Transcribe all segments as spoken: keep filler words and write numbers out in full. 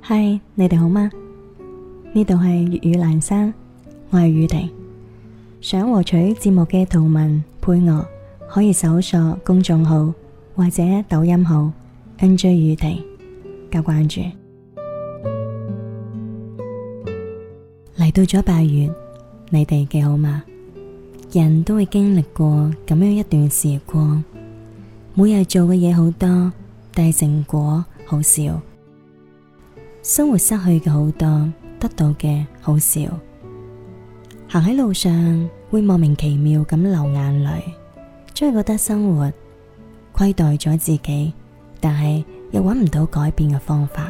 嗨，你哋好嗎？呢度係粵語闌珊，我係宇婷。想獲取節目嘅圖文配樂，可以搜索公眾號或者抖音號 N J 宇婷加關注。嚟到咗八月，你哋幾好嗎？人都會經歷過咁樣一段時光，每日做嘅嘢好多，但係成果好少。生活失去嘅好多，得到嘅好少。行喺路上會莫名其妙咁流眼淚，總係覺得生活虧待咗自己，但係又揾唔到改變嘅方法。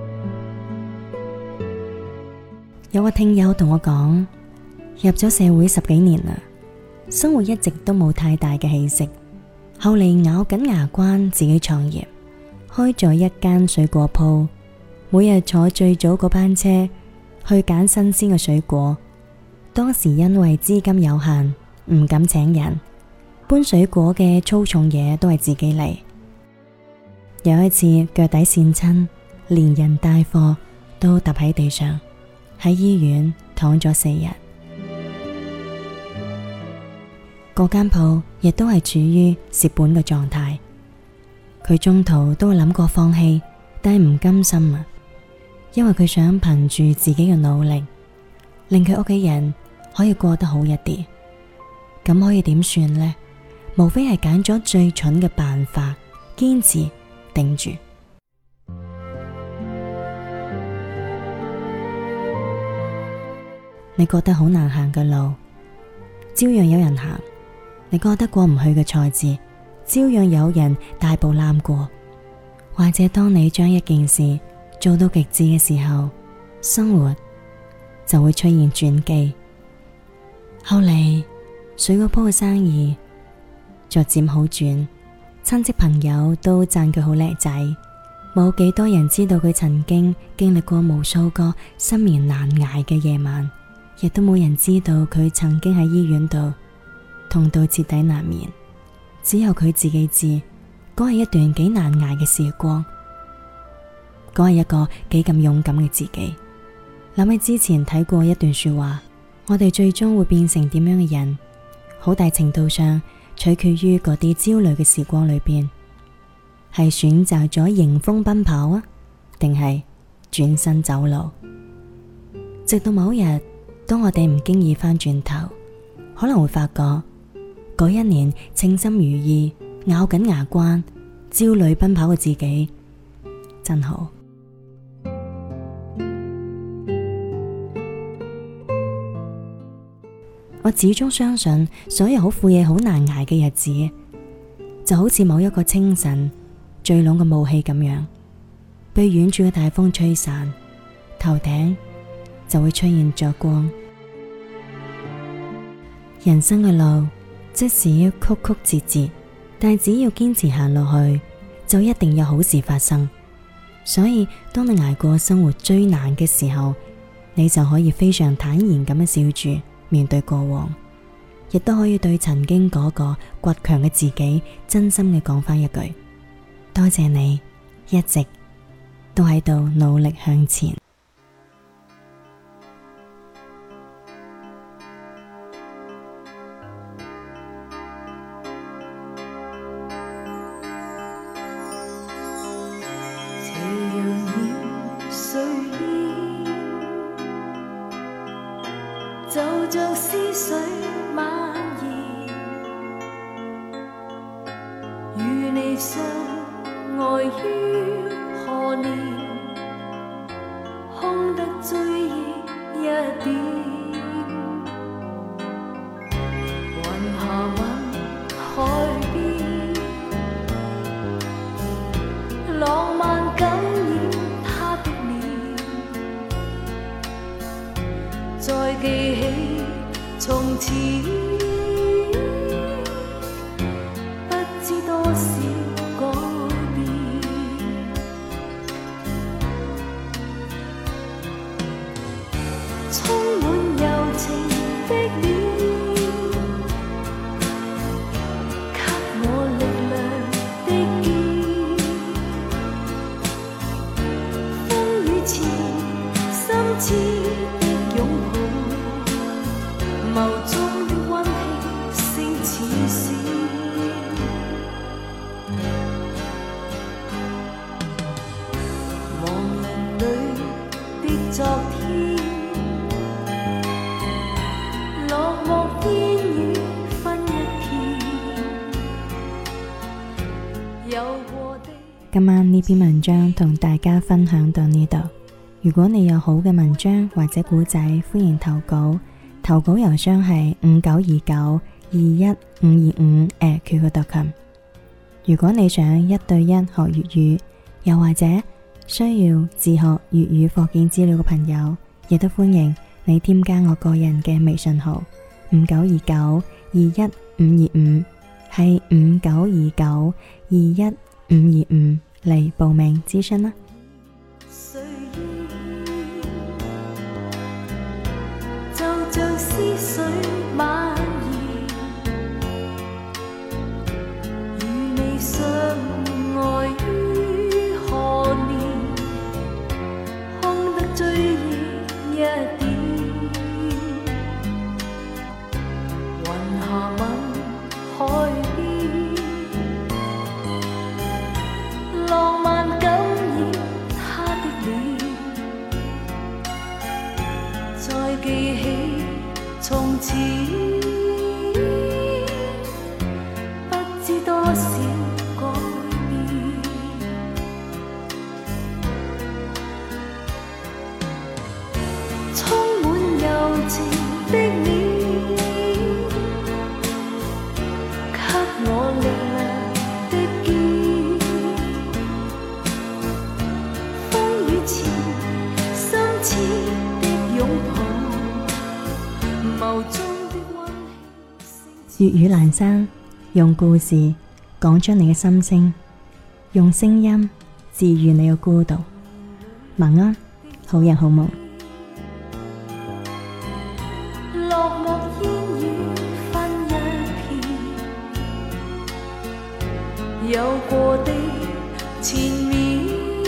有個聽友同我講，入咗社會十幾年啦，生活一直都冇太大嘅起色。後嚟咬緊牙關自己創業，開咗一間水果鋪，每日坐最早嗰班車去揀新鮮嘅水果。當時因為資金有限，唔敢請人，搬水果嘅粗重嘢都係自己嚟。有一次腳底跣親，連人帶貨都揼喺地上，喺醫院躺咗四日。嗰間鋪亦都係處於蝕本嘅狀態，佢中途都會諗過放棄，但係唔甘心啊，因為佢想憑住自己嘅努力，令佢屋企人可以過得好一啲。咁可以點算呢？無非係揀咗最蠢嘅辦法，堅持頂住。你覺得好難行嘅路，照樣有人行；你覺得過唔去嘅挫折，照樣有人大步攬過。或者當你將一件事做到極致嘅時候，生活就會出現轉機。後嚟水果鋪嘅生意逐漸好轉，親戚朋友都讚佢好叻仔。冇幾多人知道佢曾經經歷過無數個失眠難捱嘅夜晚，亦都冇人知道佢曾經喺醫院度痛到徹底難眠。只有佢自己知，嗰係一段幾難捱嘅時光，嗰係一個幾咁勇敢嘅自己。諗起之前睇過一段說話，我哋最終會變成點樣嘅人，好大程度上取決於嗰啲焦慮嘅時光裏邊，係選擇咗迎風奔跑啊，定係轉身走路。直到某日，當我哋唔經意翻轉頭，可能會發覺嗰一年稱心如意、咬緊牙關、焦慮奔跑嘅自己真好。我始終相信，所有好苦嘢、好難捱嘅日子，就好似某一個清晨聚攏嘅霧氣咁樣，被遠處嘅大風吹散，頭頂就會出現咗光。人生嘅路即使曲曲折折，但只要堅持行落去，就一定有好事發生。所以當你捱過生活最難嘅時候，你就可以非常坦然咁樣笑住面對過往，亦都可以對曾經嗰個倔強嘅自己真心嘅講返一句：多謝你一直都喺度努力向前。 就像思緒蔓延，與你相愛於何年，空得追憶一點，雲下吻海邊，浪漫感染他的臉，再記起從前。 痴的擁抱，眸中的溫馨聲似笑。朦朧裏的昨天，落寞煙雨分一片，有過的。 今晚呢篇文章同大家分享到呢度。如果你有好嘅文章或者古仔，歡迎投稿。投稿郵箱係五九二九二一五二五 at Q Q 點 com。如果你想一對一學粵語，又或者需要自學粵語課件資料嘅朋友，亦都歡迎你添加我個人嘅微信號五九二九二一五二五，係五九二九二一五二五嚟報名諮詢啦。 就像思緒蔓延，與你相愛於何年，空得追憶一點，雲霞吻海邊，浪漫感染他的臉，再記起從前，不知多少改變，充滿柔情的臉，給我力量的肩，風雨前深切的擁抱，眸中的溫馨。 粵語闌珊，用故事講出你嘅心聲，用聲音治愈你嘅孤獨。晚安，好人好夢。 落寞煙雨分一片，有過的前面，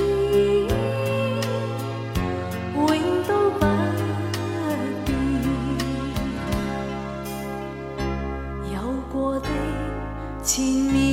永都不變。有過的前面。